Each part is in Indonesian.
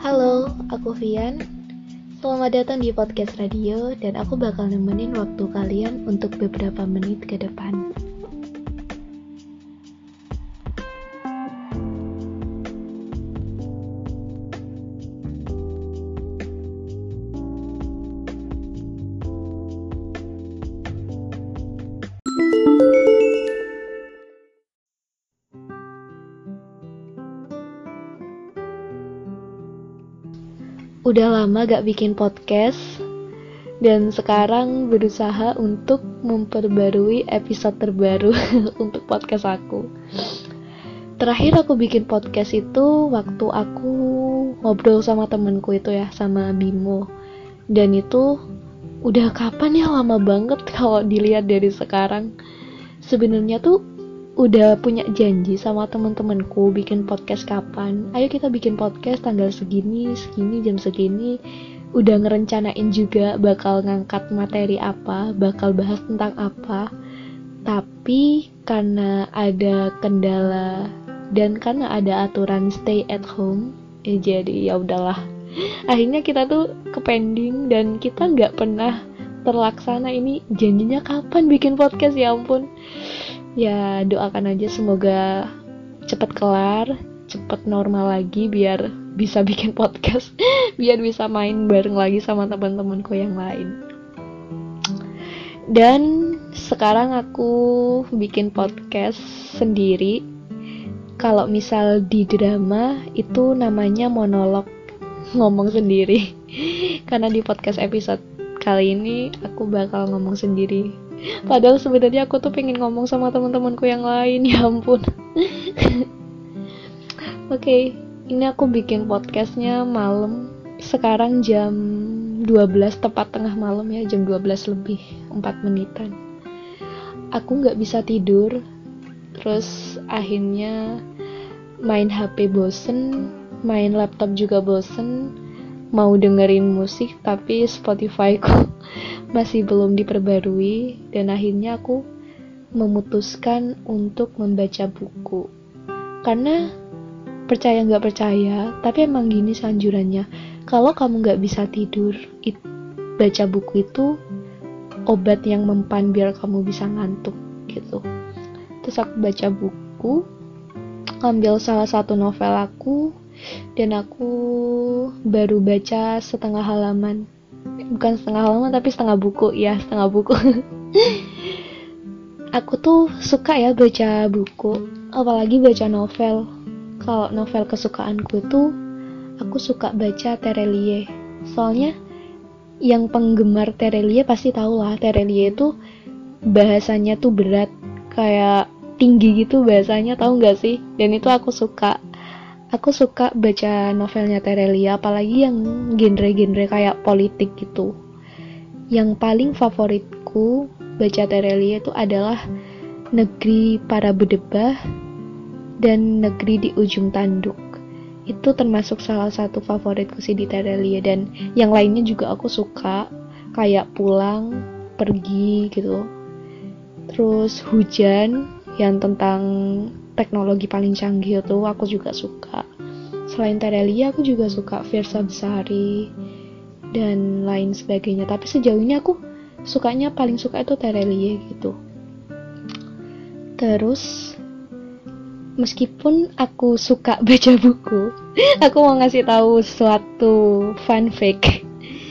Halo, aku Vian. Selamat datang di podcast radio dan aku bakal nemenin waktu kalian untuk beberapa menit ke depan. Udah lama gak bikin podcast dan sekarang berusaha untuk memperbarui episode terbaru untuk podcast aku. Terakhir aku bikin podcast itu waktu aku ngobrol sama temenku itu ya, sama Bimo. Dan itu udah kapan ya, lama banget kalau dilihat dari sekarang. Sebenarnya tuh udah punya janji sama teman-temanku bikin podcast kapan. Ayo kita bikin podcast tanggal segini, jam segini. Udah ngerencanain juga bakal ngangkat materi apa, bakal bahas tentang apa. Tapi karena ada kendala dan karena ada aturan stay at home, jadi ya udahlah. Akhirnya kita tuh kepending dan kita nggak pernah terlaksana. Ini janjinya kapan bikin podcast, ya ampun. Ya doakan aja semoga cepet kelar, cepet normal lagi biar bisa bikin podcast, biar bisa main bareng lagi sama teman-temanku yang lain. Dan sekarang aku bikin podcast sendiri. Kalau misal di drama itu namanya monolog, ngomong sendiri. Karena di podcast episode kali ini aku bakal ngomong sendiri. Padahal sebenarnya aku tuh pengen ngomong sama teman-temanku yang lain, ya ampun. Oke, ini aku bikin podcastnya malam. Sekarang jam 12 tepat tengah malam ya, jam 12 lebih 4 menitan. Aku nggak bisa tidur, terus akhirnya main HP bosen, main laptop juga bosen, mau dengerin musik tapi Spotify-ku masih belum diperbarui, dan akhirnya aku memutuskan untuk membaca buku. Karena percaya nggak percaya, tapi emang gini anjurannya, kalau kamu nggak bisa tidur, baca buku itu obat yang mempan biar kamu bisa ngantuk gitu. Terus aku baca buku, ambil salah satu novel aku, dan aku baru baca setengah halaman. Bukan setengah halaman tapi setengah buku ya, setengah buku. Aku tuh suka ya baca buku, apalagi baca novel. Kalau novel kesukaanku tuh aku suka baca Terelie. Soalnya yang penggemar Terelie pasti tahu lah, Terelie itu bahasanya tuh berat, kayak tinggi gitu bahasanya, tahu nggak sih? Dan itu aku suka. Aku suka baca novelnya Terelie, apalagi yang genre-genre kayak politik gitu. Yang paling favoritku baca Terelie itu adalah Negeri Para Bedebah dan Negeri di Ujung Tanduk. Itu termasuk salah satu favoritku sih di Terelie, dan yang lainnya juga aku suka, kayak Pulang, Pergi gitu. Terus Hujan yang tentang teknologi paling canggih itu aku juga suka. Selain Terelie aku juga suka Fiersa Besari dan lain sebagainya, tapi sejauh ini aku paling suka itu Terelie gitu. Terus meskipun aku suka baca buku, aku mau ngasih tahu suatu fun fact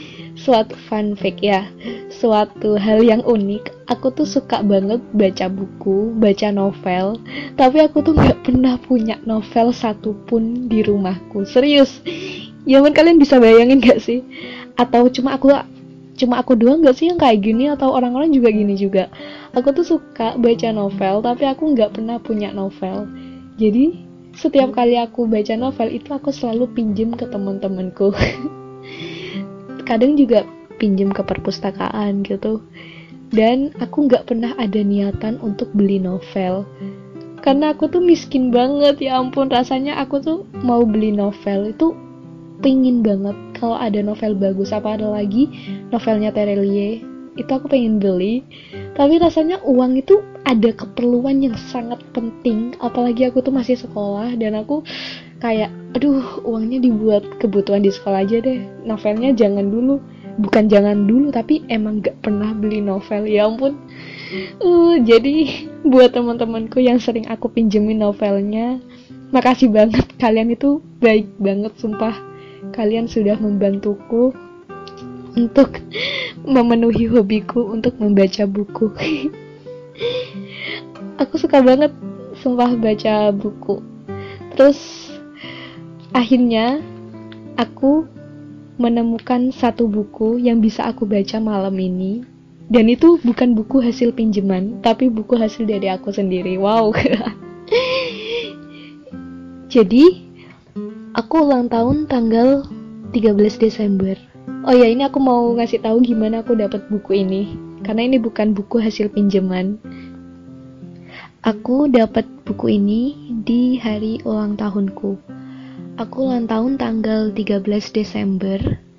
ya, suatu hal yang unik. Aku tuh suka banget baca buku, baca novel, tapi aku tuh nggak pernah punya novel satupun di rumahku. Serius, ya kan, kalian bisa bayangin nggak sih? Atau cuma aku doang nggak sih yang kayak gini, atau orang-orang juga gini juga? Aku tuh suka baca novel, tapi aku nggak pernah punya novel. Jadi setiap kali aku baca novel itu aku selalu pinjem ke teman-temanku. Kadang juga pinjem ke perpustakaan gitu. Dan aku nggak pernah ada niatan untuk beli novel, karena aku tuh miskin banget, ya ampun. Rasanya aku tuh mau beli novel itu pengen banget kalau ada novel bagus, apa ada lagi novelnya Terelie itu aku pengen beli, tapi rasanya uang itu ada keperluan yang sangat penting, apalagi aku tuh masih sekolah dan aku kayak aduh, uangnya dibuat kebutuhan di sekolah aja deh, novelnya jangan dulu. Bukan jangan dulu, tapi emang gak pernah beli novel. Ya ampun. Jadi buat teman-temanku yang sering aku pinjemin novelnya, makasih banget, kalian itu baik banget, sumpah. Kalian sudah membantuku untuk memenuhi hobiku untuk membaca buku. Aku suka banget, sumpah, baca buku. Terus akhirnya aku menemukan satu buku yang bisa aku baca malam ini. Dan itu bukan buku hasil pinjaman, tapi buku hasil dari aku sendiri. Wow. Jadi aku ulang tahun tanggal 13 Desember. Oh ya, ini aku mau ngasih tahu gimana aku dapat buku ini, karena ini bukan buku hasil pinjaman. Aku dapat buku ini di hari ulang tahunku. Aku ulang tahun tanggal 13 Desember.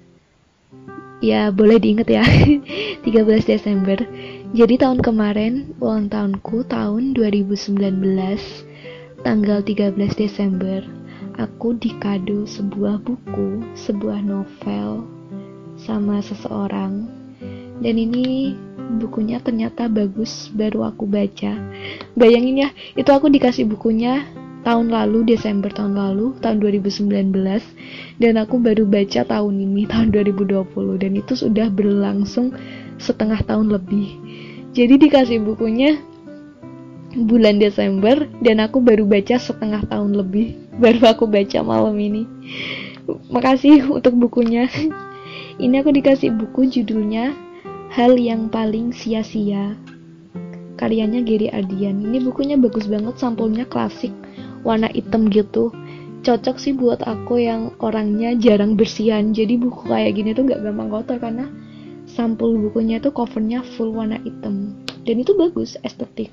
Ya, boleh diingat ya. 13 Desember. Jadi tahun kemarin ulang tahunku tahun 2019, tanggal 13 Desember, aku dikado sebuah buku, sebuah novel sama seseorang. Dan ini bukunya ternyata bagus, baru aku baca. Bayangin ya, itu aku dikasih bukunya tahun lalu, Desember tahun lalu, tahun 2019, dan aku baru baca tahun ini, tahun 2020, dan itu sudah berlangsung setengah tahun lebih. Jadi dikasih bukunya bulan Desember, dan aku baru baca setengah tahun lebih, baru aku baca malam ini. Makasih untuk bukunya. Ini aku dikasih buku judulnya Hal Yang Paling Sia-Sia, karyanya Gary Ardian. Ini bukunya bagus banget, sampulnya klasik, warna hitam gitu. Cocok sih buat aku yang orangnya jarang bersihan. Jadi buku kayak gini tuh gak gampang kotor, karena sampul bukunya tuh covernya full warna hitam. Dan itu bagus, estetik.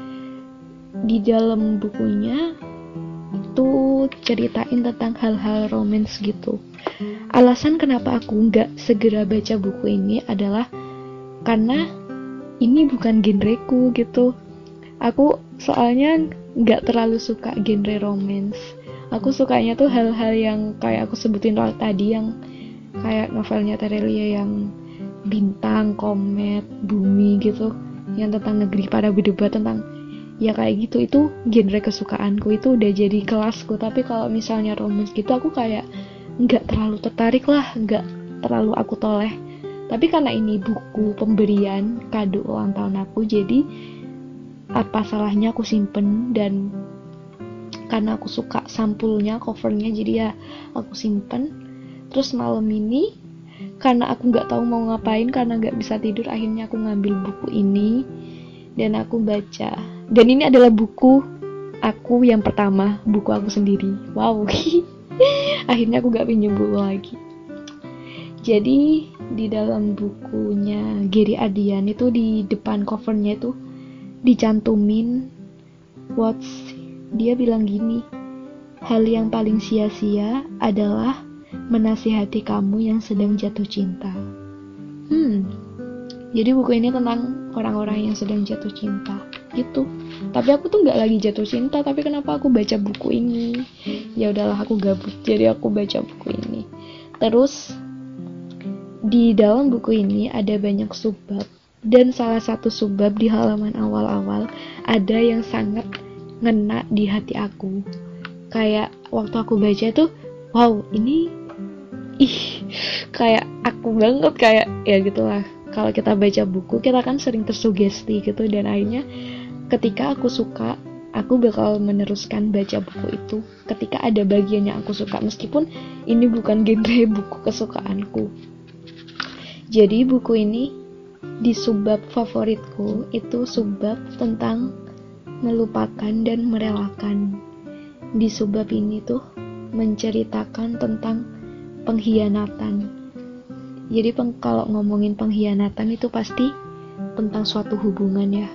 Di dalam bukunya itu ceritain tentang hal-hal romance gitu. Alasan kenapa aku gak segera baca buku ini adalah karena ini bukan genreku gitu. Aku soalnya gak terlalu suka genre romance. Aku sukanya tuh hal-hal yang kayak aku sebutin tadi, yang kayak novelnya Terelia yang bintang, komet, bumi gitu, yang tentang negeri para berdebat, tentang ya kayak gitu. Itu genre kesukaanku, itu udah jadi kelasku. Tapi kalau misalnya romance gitu, aku kayak gak terlalu tertarik lah, gak terlalu aku toleh. Tapi karena ini buku pemberian kado ulang tahun aku, jadi apa salahnya aku simpen. Dan karena aku suka sampulnya, covernya, jadi ya aku simpen. Terus malam ini, karena aku gak tahu mau ngapain, karena gak bisa tidur, akhirnya aku ngambil buku ini dan aku baca. Dan ini adalah buku aku yang pertama, buku aku sendiri. Wow. Akhirnya aku gak pinjam buku lagi. Jadi di dalam bukunya Gary Ardian itu, di depan covernya itu dicantumin quotes. Dia bilang gini, hal yang paling sia-sia adalah menasihati kamu yang sedang jatuh cinta. Jadi buku ini tentang orang-orang yang sedang jatuh cinta gitu. Tapi aku tuh nggak lagi jatuh cinta, tapi kenapa aku baca buku ini? Ya udahlah, aku gabut, jadi aku baca buku ini. Terus di dalam buku ini ada banyak subbab, dan salah satu subbab di halaman awal-awal ada yang sangat ngena di hati aku. Kayak waktu aku baca tuh, wow, ini kayak aku banget, kayak ya gitulah. Kalau kita baca buku, kita kan sering tersugesti gitu, dan akhirnya ketika aku suka, aku bakal meneruskan baca buku itu ketika ada bagian yang aku suka, meskipun ini bukan genre buku kesukaanku. Jadi buku ini di subbab favoritku itu subbab tentang melupakan dan merelakan. Di subbab ini tuh menceritakan tentang pengkhianatan. Jadi kalau ngomongin pengkhianatan itu pasti tentang suatu hubungan ya.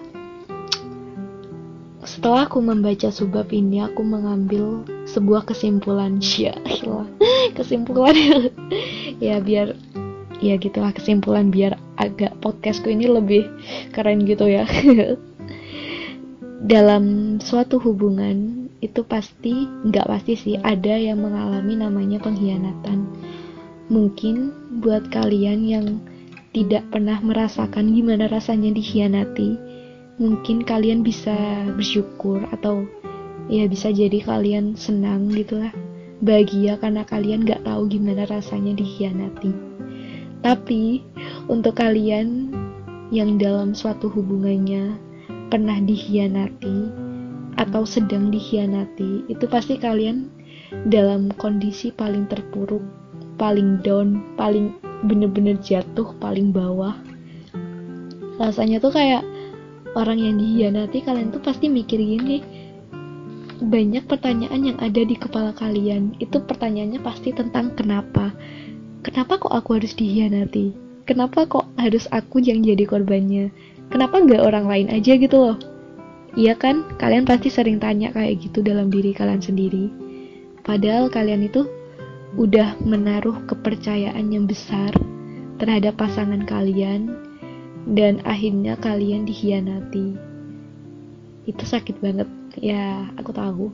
Setelah aku membaca subbab ini, aku mengambil sebuah kesimpulan. Kesimpulan. Ya biar ya gitulah kesimpulan, biar agak podcastku ini lebih keren gitu ya. Dalam suatu hubungan itu nggak pasti sih, ada yang mengalami namanya pengkhianatan. Mungkin buat kalian yang tidak pernah merasakan gimana rasanya dikhianati, mungkin kalian bisa bersyukur, atau ya bisa jadi kalian senang gitulah, bahagia karena kalian gak tahu gimana rasanya dikhianati. Tapi untuk kalian yang dalam suatu hubungannya pernah dikhianati atau sedang dikhianati, itu pasti kalian dalam kondisi paling terpuruk, paling down, paling bener-bener jatuh, paling bawah. Rasanya tuh kayak orang yang dikhianati, kalian tuh pasti mikir gini, banyak pertanyaan yang ada di kepala kalian. Itu pertanyaannya pasti tentang kenapa kok aku harus dikhianati, kenapa kok harus aku yang jadi korbannya, kenapa nggak orang lain aja gitu loh. Iya kan, kalian pasti sering tanya kayak gitu dalam diri kalian sendiri. Padahal kalian itu udah menaruh kepercayaan yang besar terhadap pasangan kalian, dan akhirnya kalian dikhianati. Itu sakit banget, ya aku tahu.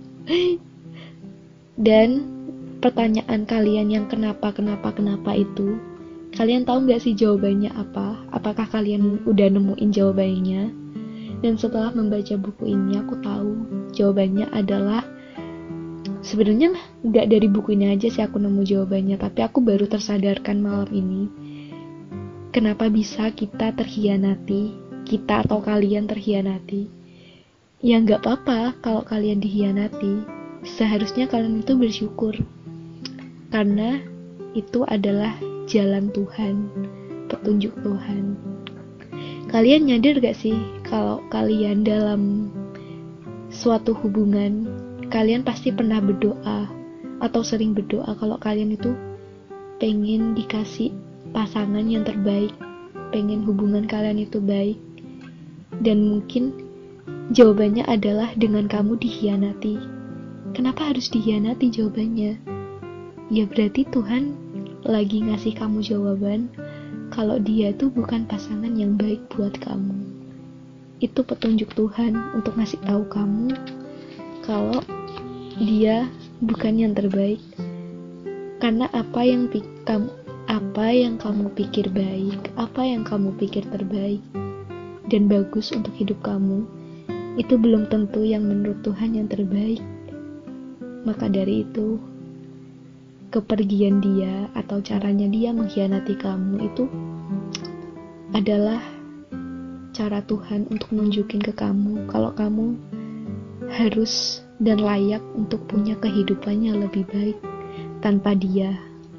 Dan pertanyaan kalian yang kenapa itu, kalian tahu gak sih jawabannya apa? Apakah kalian udah nemuin jawabannya? Dan setelah membaca buku ini, aku tahu jawabannya adalah, sebenarnya gak dari buku ini aja sih aku nemu jawabannya, tapi aku baru tersadarkan malam ini. Kenapa bisa kita terkhianati, kita atau kalian terkhianati? Ya gak apa-apa kalau kalian dikhianati, seharusnya kalian itu bersyukur, karena itu adalah jalan Tuhan, petunjuk Tuhan. Kalian nyadar gak sih kalau kalian dalam suatu hubungan, kalian pasti pernah berdoa atau sering berdoa kalau kalian itu pengen dikasih pasangan yang terbaik, pengen hubungan kalian itu baik. Dan mungkin jawabannya adalah dengan kamu dikhianati. Kenapa harus dikhianati jawabannya? Ya berarti Tuhan lagi ngasih kamu jawaban kalau dia tuh bukan pasangan yang baik buat kamu. Itu petunjuk Tuhan untuk ngasih tahu kamu kalau dia bukan yang terbaik. Karena apa yang kamu pikir baik, apa yang kamu pikir terbaik dan bagus untuk hidup kamu, itu belum tentu yang menurut Tuhan yang terbaik. Maka dari itu, kepergian dia atau caranya dia mengkhianati kamu itu adalah cara Tuhan untuk nunjukin ke kamu kalau kamu harus dan layak untuk punya kehidupan yang lebih baik tanpa dia.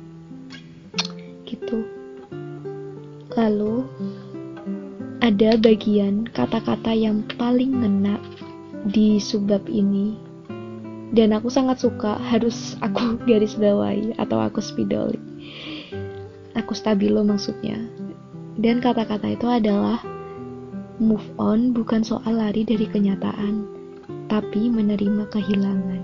Gitu. Lalu ada bagian kata-kata yang paling ngena di subbab ini, dan aku sangat suka, harus aku garis bawahi atau aku spidoli, aku stabilo maksudnya. Dan kata-kata itu adalah, move on bukan soal lari dari kenyataan, tapi menerima kehilangan.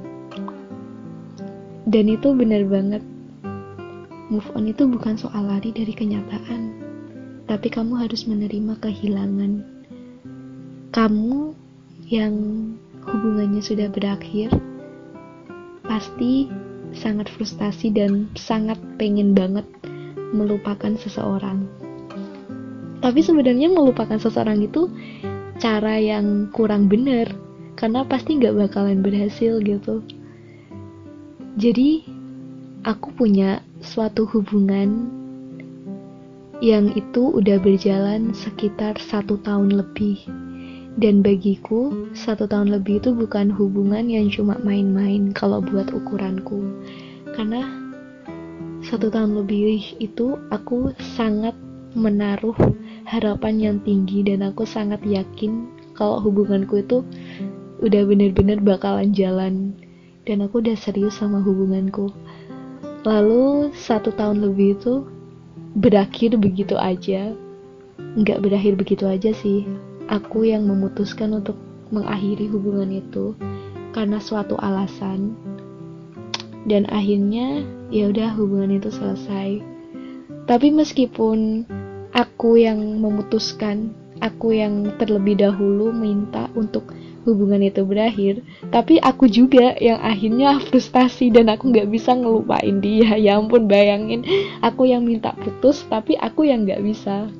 Dan itu benar banget. Move on itu bukan soal lari dari kenyataan, tapi kamu harus menerima kehilangan. Kamu yang hubungannya sudah berakhir pasti sangat frustasi dan sangat pengen banget melupakan seseorang. Tapi sebenarnya melupakan seseorang itu cara yang kurang benar, karena pasti gak bakalan berhasil gitu. Jadi aku punya suatu hubungan yang itu udah berjalan sekitar 1 tahun lebih. Dan bagiku 1 tahun lebih itu bukan hubungan yang cuma main-main kalau buat ukuranku. Karena 1 tahun lebih itu aku sangat menaruh harapan yang tinggi, dan aku sangat yakin kalau hubunganku itu udah bener-bener bakalan jalan, dan aku udah serius sama hubunganku. Lalu 1 tahun lebih itu berakhir begitu aja. Nggak berakhir begitu aja sih, aku yang memutuskan untuk mengakhiri hubungan itu karena suatu alasan, dan akhirnya ya udah hubungan itu selesai. Tapi meskipun aku yang memutuskan, aku yang terlebih dahulu minta untuk hubungan itu berakhir, tapi aku juga yang akhirnya frustasi dan aku gak bisa ngelupain dia. Ya ampun, bayangin aku yang minta putus tapi aku yang gak bisa.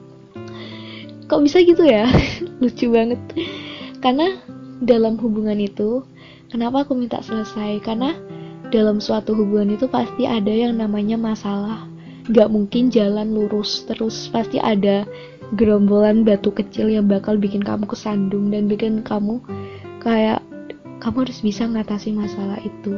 Kok bisa gitu ya? Lucu banget. Karena dalam hubungan itu, kenapa aku minta selesai? Karena dalam suatu hubungan itu pasti ada yang namanya masalah. Gak mungkin jalan lurus terus, pasti ada gerombolan batu kecil yang bakal bikin kamu kesandung dan bikin kamu kayak kamu harus bisa mengatasi masalah itu.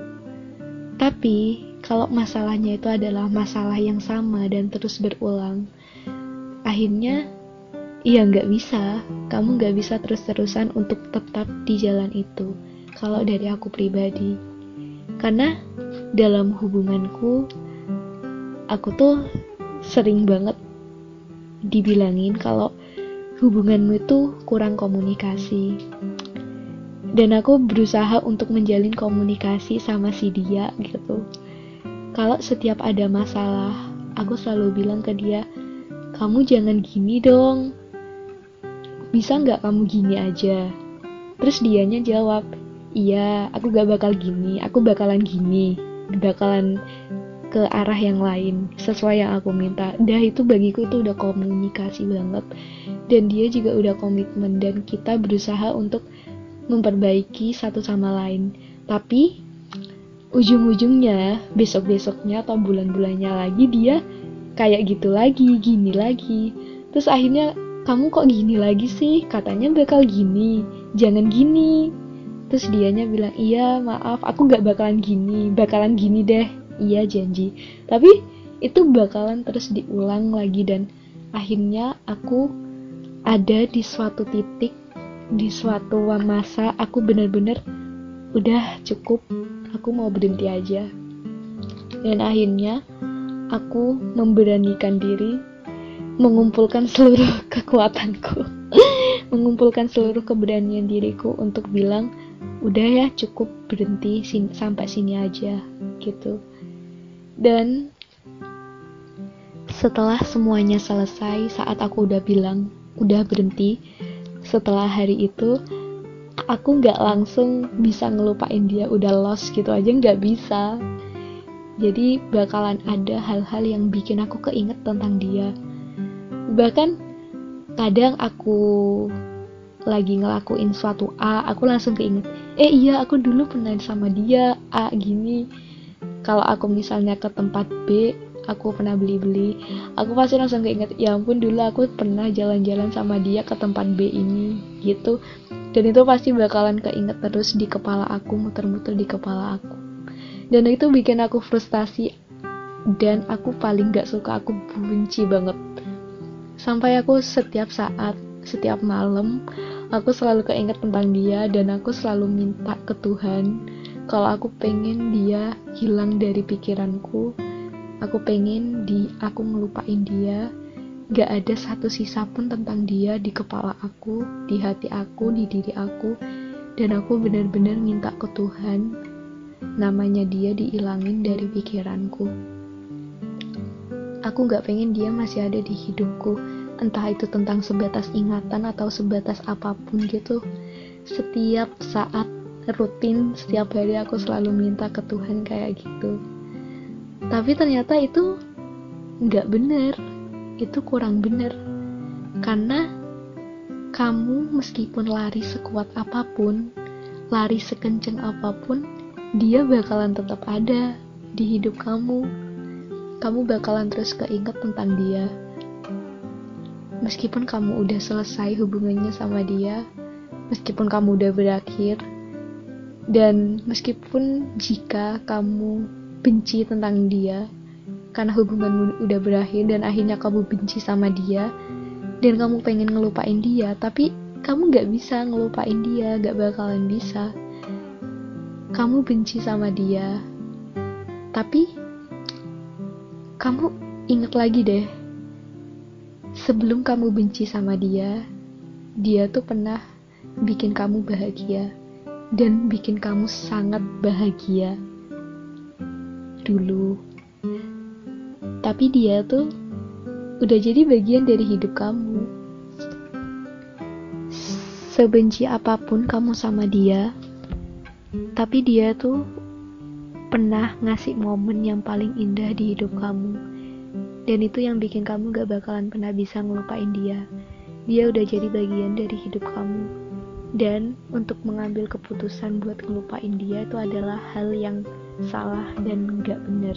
Tapi kalau masalahnya itu adalah masalah yang sama dan terus berulang, akhirnya ya gak bisa. Kamu gak bisa terus-terusan untuk tetap di jalan itu. Kalau dari aku pribadi, karena dalam hubunganku, aku tuh sering banget dibilangin kalau hubunganmu itu kurang komunikasi. Dan aku berusaha untuk menjalin komunikasi sama si dia gitu. Kalau setiap ada masalah, aku selalu bilang ke dia, kamu jangan gini dong, bisa gak kamu gini aja? Terus dianya jawab, iya, aku gak bakal gini, aku bakalan gini, bakalan ke arah yang lain sesuai yang aku minta. Itu bagiku itu udah komunikasi banget, dan dia juga udah komitmen dan kita berusaha untuk memperbaiki satu sama lain. Tapi ujung-ujungnya besok-besoknya atau bulan-bulannya lagi dia kayak gitu lagi, gini lagi. Terus akhirnya, kamu kok gini lagi sih? Katanya bakal gini, jangan gini. Terus dianya bilang, iya maaf, aku gak bakalan gini deh. Iya janji. Tapi itu bakalan terus diulang lagi, dan akhirnya aku ada di suatu titik, di suatu masa aku benar-benar udah cukup, aku mau berhenti aja. Dan akhirnya aku memberanikan diri, mengumpulkan seluruh kekuatanku, mengumpulkan seluruh keberanian diriku untuk bilang, udah ya cukup, berhenti sampai sini aja gitu. Dan setelah semuanya selesai, saat aku udah bilang udah berhenti, setelah hari itu aku gak langsung bisa ngelupain dia, udah lost gitu aja gak bisa. Jadi bakalan ada hal-hal yang bikin aku keinget tentang dia. Bahkan kadang aku lagi ngelakuin suatu A, aku langsung keinget, iya aku dulu pernah sama dia A gini. Kalau aku misalnya ke tempat B, aku pernah beli-beli, aku pasti langsung keinget, ya ampun dulu aku pernah jalan-jalan sama dia ke tempat B ini gitu. Dan itu pasti bakalan keinget terus di kepala aku, muter-muter di kepala aku. Dan itu bikin aku frustasi, dan aku paling gak suka, aku benci banget. Sampai aku setiap saat, setiap malam, aku selalu keinget tentang dia, dan aku selalu minta ke Tuhan kalau aku pengen dia hilang dari pikiranku. Aku pengen aku ngelupain dia, gak ada satu sisa pun tentang dia di kepala aku, di hati aku, di diri aku. Dan aku benar-benar minta ke Tuhan, namanya dia dihilangin dari pikiranku. Aku gak pengen dia masih ada di hidupku, entah itu tentang sebatas ingatan atau sebatas apapun gitu. Setiap saat, rutin, setiap hari aku selalu minta ke Tuhan kayak gitu. Tapi ternyata itu gak bener, itu kurang bener. Karena kamu meskipun lari sekuat apapun, lari sekenceng apapun, dia bakalan tetap ada di hidup kamu. Kamu bakalan terus keinget tentang dia. Meskipun kamu udah selesai hubungannya sama dia, meskipun kamu udah berakhir, dan meskipun jika kamu benci tentang dia karena hubunganmu udah berakhir dan akhirnya kamu benci sama dia dan kamu pengen ngelupain dia, tapi kamu gak bisa ngelupain dia, gak bakalan bisa. Kamu benci sama dia, tapi kamu inget lagi deh, sebelum kamu benci sama dia, dia tuh pernah bikin kamu bahagia dan bikin kamu sangat bahagia dulu. Tapi dia tuh udah jadi bagian dari hidup kamu. sebenci apapun kamu sama dia, tapi dia tuh pernah ngasih momen yang paling indah di hidup kamu. Dan itu yang bikin kamu gak bakalan pernah bisa ngelupain dia. Dia udah jadi bagian dari hidup kamu. Dan untuk mengambil keputusan buat ngelupain dia itu adalah hal yang salah dan gak bener.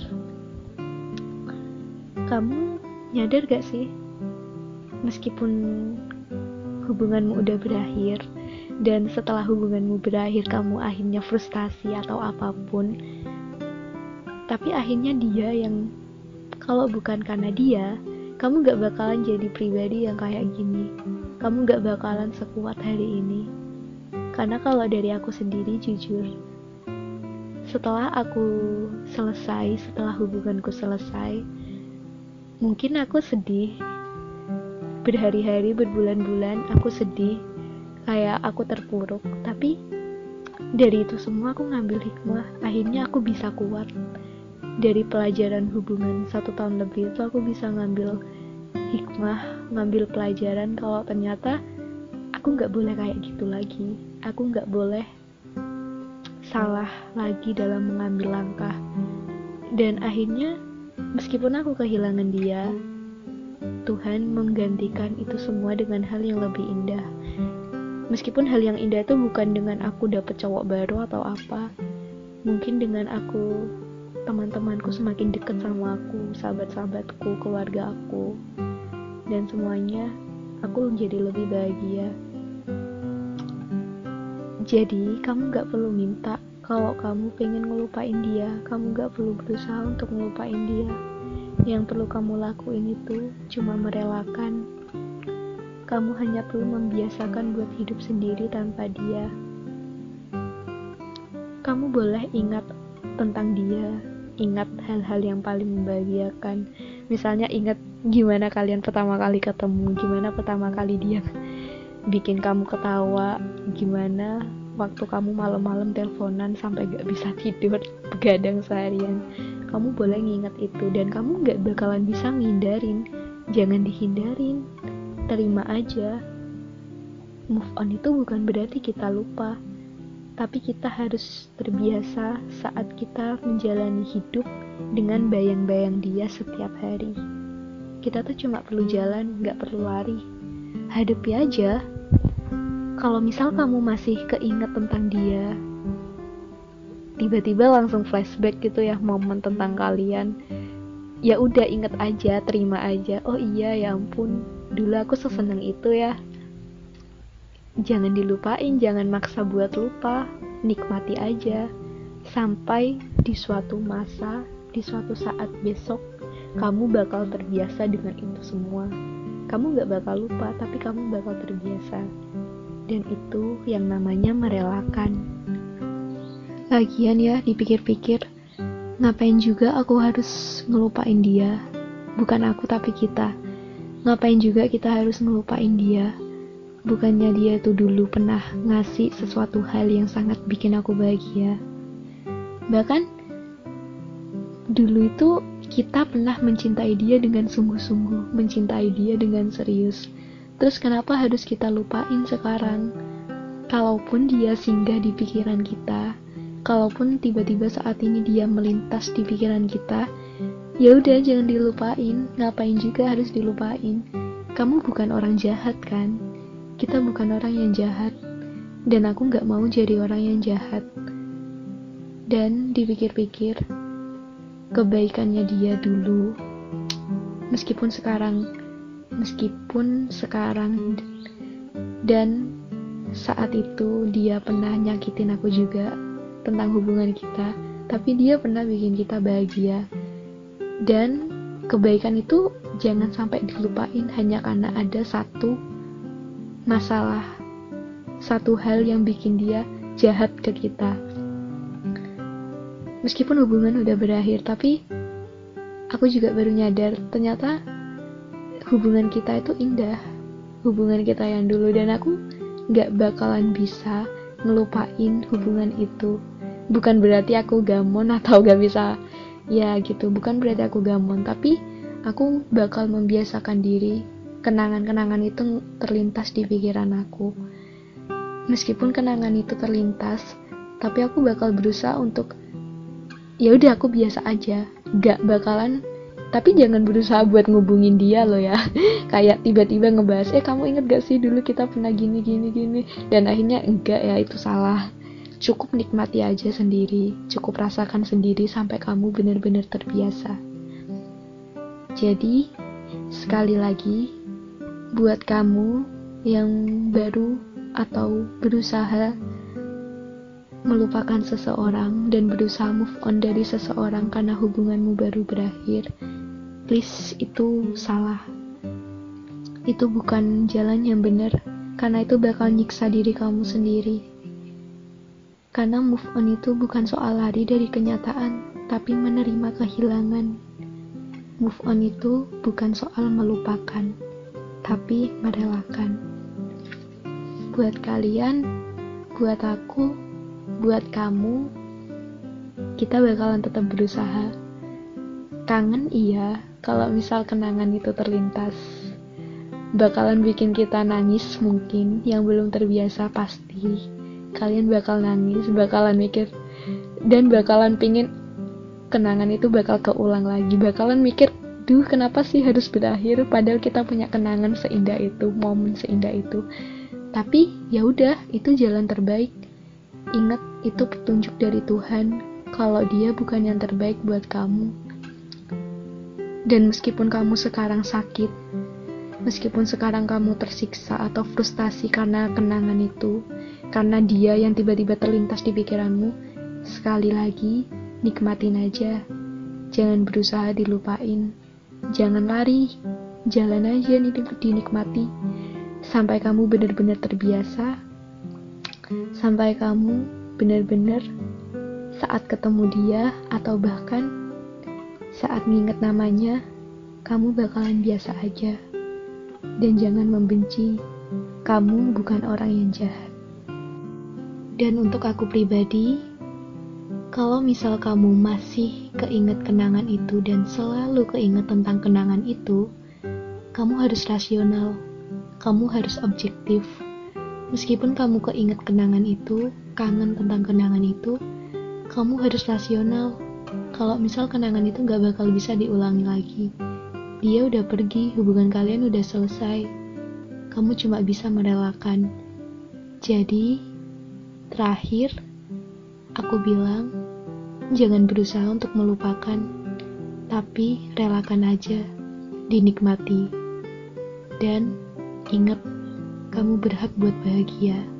Kamu nyadar gak sih? Meskipun hubunganmu udah berakhir, dan setelah hubunganmu berakhir kamu akhirnya frustasi atau apapun, tapi akhirnya dia yang, kalau bukan karena dia, kamu gak bakalan jadi pribadi yang kayak gini. Kamu gak bakalan sekuat hari ini. Karena kalau dari aku sendiri, jujur, setelah hubunganku selesai, mungkin aku sedih. Berhari-hari, berbulan-bulan aku sedih, kayak aku terpuruk. Tapi dari itu semua aku ngambil hikmah. Akhirnya aku bisa kuat. Dari pelajaran hubungan 1 tahun lebih itu aku bisa ngambil hikmah, ngambil pelajaran kalau ternyata aku gak boleh kayak gitu lagi. Aku gak boleh salah lagi dalam mengambil langkah. Dan akhirnya meskipun aku kehilangan dia, Tuhan menggantikan itu semua dengan hal yang lebih indah. Meskipun hal yang indah itu bukan dengan aku dapet cowok baru atau apa, mungkin dengan teman-temanku semakin dekat sama aku, sahabat-sahabatku, keluarga aku, dan semuanya aku jadi lebih bahagia. Jadi kamu gak perlu minta. Kalau kamu pengen ngelupain dia, kamu gak perlu berusaha untuk ngelupain dia. Yang perlu kamu lakuin itu cuma merelakan. Kamu hanya perlu membiasakan buat hidup sendiri tanpa dia. Kamu boleh ingat tentang dia, ingat hal-hal yang paling membahagiakan. Misalnya ingat gimana kalian pertama kali ketemu, gimana pertama kali dia bikin kamu ketawa, gimana waktu kamu malam-malam teleponan sampai gak bisa tidur, begadang seharian. Kamu boleh nginget itu, dan kamu gak bakalan bisa ngindarin. Jangan dihindarin, terima aja. Move on itu bukan berarti kita lupa, tapi kita harus terbiasa saat kita menjalani hidup dengan bayang-bayang dia setiap hari. Kita tuh cuma perlu jalan, gak perlu lari. Hadapi aja. Kalau misal kamu masih keinget tentang dia, tiba-tiba langsung flashback gitu ya momen tentang kalian, ya udah inget aja, terima aja. Oh iya, ya ampun, dulu aku seseneng itu ya. Jangan dilupain, jangan maksa buat lupa. Nikmati aja sampai di suatu masa, di suatu saat besok kamu bakal terbiasa dengan itu semua. Kamu gak bakal lupa, tapi kamu bakal terbiasa. Dan itu yang namanya merelakan. Lagian ya, dipikir-pikir, ngapain juga aku harus ngelupain dia? Bukan aku tapi kita. Ngapain juga kita harus ngelupain dia? Bukannya dia tuh dulu pernah ngasih sesuatu hal yang sangat bikin aku bahagia. Bahkan dulu itu kita pernah mencintai dia dengan sungguh-sungguh, mencintai dia dengan serius. Terus kenapa harus kita lupain sekarang? Kalaupun dia singgah di pikiran kita, kalaupun tiba-tiba saat ini dia melintas di pikiran kita, ya udah jangan dilupain. Ngapain juga harus dilupain? Kamu bukan orang jahat kan? Kita bukan orang yang jahat, dan aku gak mau jadi orang yang jahat. Dan dipikir-pikir, kebaikannya dia dulu, meskipun sekarang dan saat itu dia pernah nyakitin aku juga tentang hubungan kita, tapi dia pernah bikin kita bahagia. Dan kebaikan itu jangan sampai dilupain hanya karena ada satu masalah, satu hal yang bikin dia jahat ke kita. Meskipun hubungan udah berakhir, tapi aku juga baru nyadar ternyata hubungan kita itu indah, hubungan kita yang dulu, dan aku gak bakalan bisa ngelupain hubungan itu. Bukan berarti aku gamon atau gak bisa, ya gitu, bukan berarti aku gamon, tapi aku bakal membiasakan diri kenangan-kenangan itu terlintas di pikiran aku. meskipun kenangan itu terlintas, tapi aku bakal berusaha untuk ya udah aku biasa aja, gak bakalan, tapi jangan berusaha buat ngubungin dia loh ya. Kayak tiba-tiba ngebahas, kamu inget gak sih dulu kita pernah gini, dan akhirnya enggak ya, itu salah. Cukup nikmati aja sendiri, cukup rasakan sendiri sampai kamu benar-benar terbiasa. Jadi, sekali lagi, buat kamu yang baru atau berusaha melupakan seseorang dan berusaha move on dari seseorang karena hubunganmu baru berakhir, please, itu salah. Itu bukan jalan yang benar, karena itu bakal nyiksa diri kamu sendiri. Karena move on itu bukan soal lari dari kenyataan, tapi menerima kehilangan. Move on itu bukan soal melupakan, tapi merelakan. Buat kalian, buat aku, buat kamu, kita bakalan tetap berusaha. Kangen iya, kalau misal kenangan itu terlintas. Bakalan bikin kita nangis mungkin, yang belum terbiasa pasti. Kalian bakal nangis, bakalan mikir, dan bakalan pingin kenangan itu bakal keulang lagi. Bakalan mikir, duh kenapa sih harus berakhir, padahal kita punya kenangan seindah itu, momen seindah itu. Tapi ya udah, itu jalan terbaik. Ingat, itu petunjuk dari Tuhan kalau dia bukan yang terbaik buat kamu. Dan meskipun kamu sekarang sakit, meskipun sekarang kamu tersiksa atau frustasi karena kenangan itu, karena dia yang tiba-tiba terlintas di pikiranmu, sekali lagi, nikmatin aja. Jangan berusaha dilupain. Jangan lari, jalan aja dinikmati. Sampai kamu benar-benar terbiasa, sampai kamu benar-benar saat ketemu dia, atau bahkan saat nginget namanya, kamu bakalan biasa aja. Dan jangan membenci, kamu bukan orang yang jahat. Dan untuk aku pribadi, kalau misal kamu masih keinget kenangan itu dan selalu keinget tentang kenangan itu, kamu harus rasional, kamu harus objektif. Meskipun kamu keinget kenangan itu, kangen tentang kenangan itu, kamu harus rasional. Kalau misal kenangan itu gak bakal bisa diulangi lagi. Dia udah pergi, hubungan kalian udah selesai. Kamu cuma bisa merelakan. Jadi, terakhir, aku bilang, jangan berusaha untuk melupakan, tapi relakan aja, dinikmati. Dan ingat, kamu berhak buat bahagia.